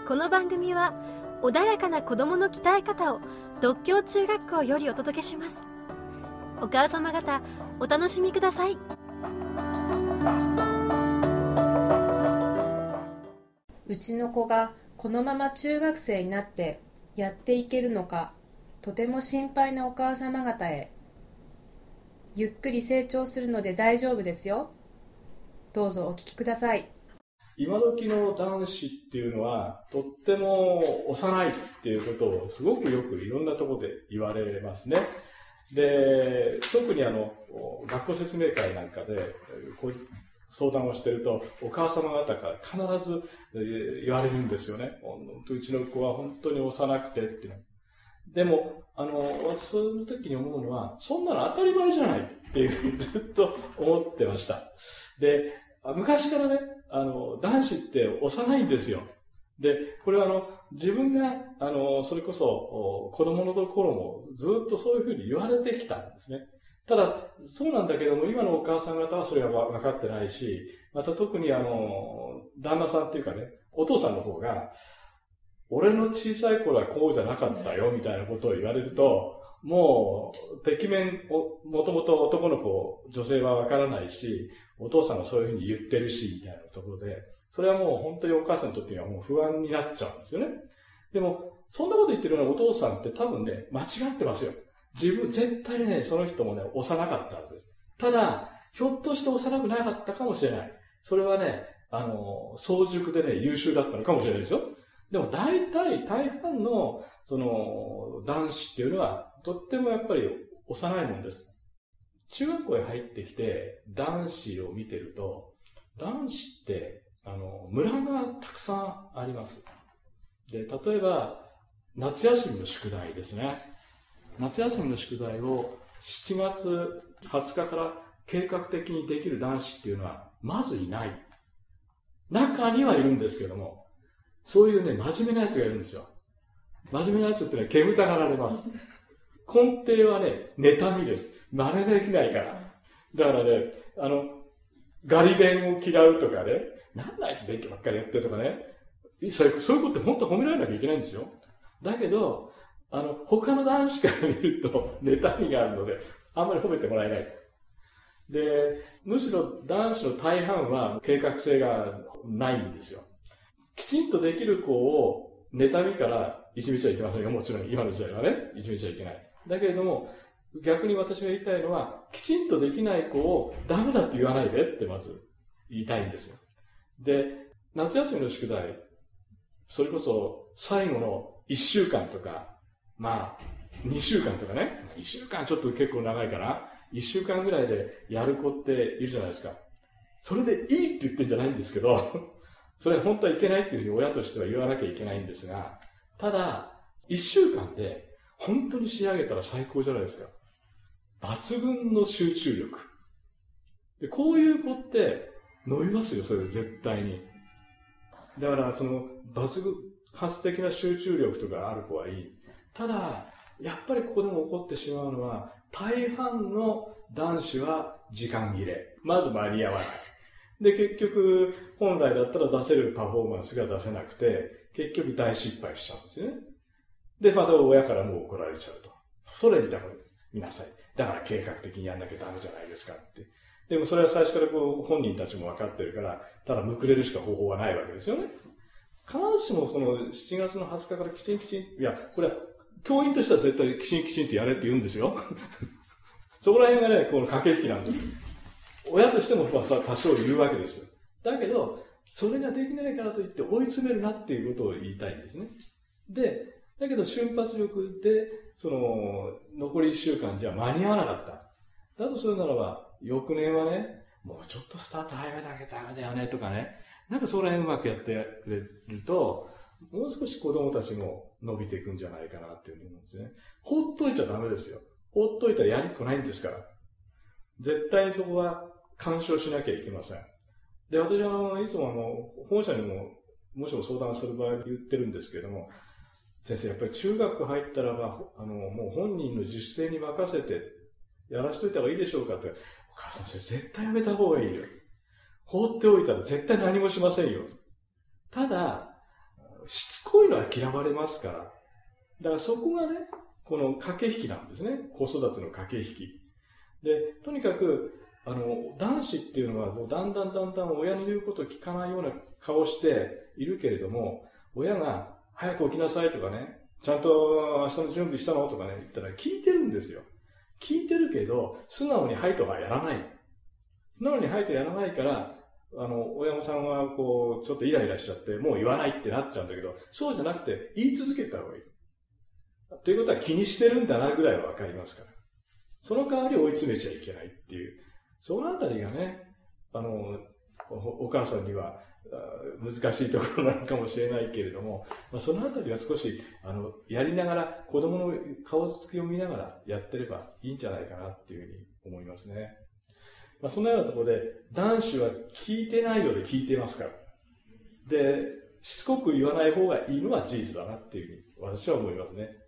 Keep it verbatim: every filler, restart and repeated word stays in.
この番組は穏やかな子どもの鍛え方を独協中学校よりお届けします。お母様方お楽しみください。 うちの子がこのまま中学生になってやっていけるのか、とても心配なお母様方へ。ゆっくり成長するので大丈夫ですよ。どうぞお聞きください。 今時の男子っていうのはとっても幼いっていうことをすごくよくいろんなところで言われますね。で、特にあの学校説明会なんかでこう相談をしているとお母様方から必ず言われるんですよね。うちの子は本当に幼くてっていうの。でもあのその時に思うのはそんなの当たり前じゃないっていうふうにずっと思ってました。で、昔からね、あの、男子って幼いんですよ。で、これはあの、自分が、あの、それこそ、子供の頃もずっとそういうふうに言われてきたんですね。ただ、そうなんだけども、今のお母さん方はそれは分かってないし、また特にあの、旦那さんっていうかね、お父さんの方が、俺の小さい頃はこうじゃなかったよ、みたいなことを言われると、もう、てきめん、もともと男の子、女性は分からないし、お父さんがそういうふうに言ってるし、みたいなところで、それはもう本当にお母さんにとってはもう不安になっちゃうんですよね。でも、そんなこと言ってるようなお父さんって多分ね、間違ってますよ。自分、絶対ね、その人もね、幼かったはずです。ただ、ひょっとして幼くなかったかもしれない。それはね、あの、早熟でね、優秀だったのかもしれないですよ。でも大体、大半の、その、男子っていうのは、とってもやっぱり幼いもんです。中学校へ入ってきて、男子を見てると、男子って、あの、ムラがたくさんあります。で、例えば、夏休みの宿題ですね。夏休みの宿題をしちがつはつかから計画的にできる男子っていうのは、まずいない。中にはいるんですけども、そういうね、真面目なやつがいるんですよ。真面目なやつってのは煙たがられます。根底はね、妬みです。真似できないから。だからね、あの、ガリ勉を嫌うとかね、なんだあいつ勉強ばっかりやってるとかね、そういう、そういうことって本当は褒められなきゃいけないんですよ。だけど、あの、他の男子から見ると、妬みがあるので、あんまり褒めてもらえない。で、むしろ男子の大半は計画性がないんですよ。きちんとできる子を妬みからいじめちゃいけませんよ。もちろん今の時代はね、いじめちゃいけない。だけれども、逆に私が言いたいのは、きちんとできない子をダメだって言わないでってまず言いたいんですよ。で、夏休みの宿題、それこそ最後のいっしゅうかんとか、まあ、にしゅうかんとかね、いっしゅうかんちょっと結構長いかな、いっしゅうかんぐらいでやる子っているじゃないですか。それでいいって言ってんじゃないんですけど、それは本当はいけないっていうふうに親としては言わなきゃいけないんですが、ただ、いっしゅうかんで本当に仕上げたら最高じゃないですか。抜群の集中力。で、こういう子って伸びますよ、それ絶対に。だからその抜群、発的な集中力とかある子はいい。ただ、やっぱりここでも起こってしまうのは、大半の男子は時間切れ。まず間に合わない。で、結局、本来だったら出せるパフォーマンスが出せなくて、結局大失敗しちゃうんですよね。で、また親からもう怒られちゃうと。それ見た見なさい。だから計画的にやんなきゃダメじゃないですかって。でもそれは最初からこう本人たちも分かってるから、ただむくれるしか方法はないわけですよね。必ずしもそのしちがつのはつかからきちんきちん、いや、これは教員としては絶対きちんきちんとやれって言うんですよ。そこら辺がね、この駆け引きなんです。親としても多少言うわけですよ。だけど、それができないからといって追い詰めるなっていうことを言いたいんですね。で、だけど瞬発力で、その、残りいっしゅうかんじゃ間に合わなかった。だとするならば、翌年はね、もうちょっとスタート早めなきゃダメだよねとかね、なんかそこら辺うまくやってくれると、もう少し子供たちも伸びていくんじゃないかなっていうふうに思うんですね。ほっといちゃダメですよ。ほっといたらやりっこないんですから。絶対にそこは干渉しなきゃいけません。で、私は、いつもあの、本社にも、もしも相談する場合言ってるんですけれども、先生、やっぱり中学入ったらば、あの、もう本人の自主性に任せて、やらしといた方がいいでしょうかって、お母さん、それ絶対やめた方がいいよ。放っておいたら絶対何もしませんよ。ただ、 しつこいのは嫌われますから。だからそこがね、この駆け引きなんですね。子育ての駆け引き。で、とにかく、あの、男子っていうのは、もうだんだんだんだん親の言うことを聞かないような顔しているけれども、親が、早く起きなさいとかね、ちゃんと明日の準備したのとかね、言ったら聞いてるんですよ。聞いてるけど、素直にはいとはやらない。素直にはいとやらないから、あの、親御さんはこう、ちょっとイライラしちゃって、もう言わないってなっちゃうんだけど、そうじゃなくて、言い続けた方がいい。ということは気にしてるんだなぐらいはわかりますから。その代わり追い詰めちゃいけないっていう。そのあたりがね、あの、お、お母さんには難しいところなのかもしれないけれども、まあ、そのあたりは少し、あの、やりながら、子供の顔つきを見ながらやってればいいんじゃないかなっていうふうに思いますね。まあ、そのようなところで、男子は聞いてないようで聞いてますから。で、しつこく言わない方がいいのは事実だなっていうふうに私は思いますね。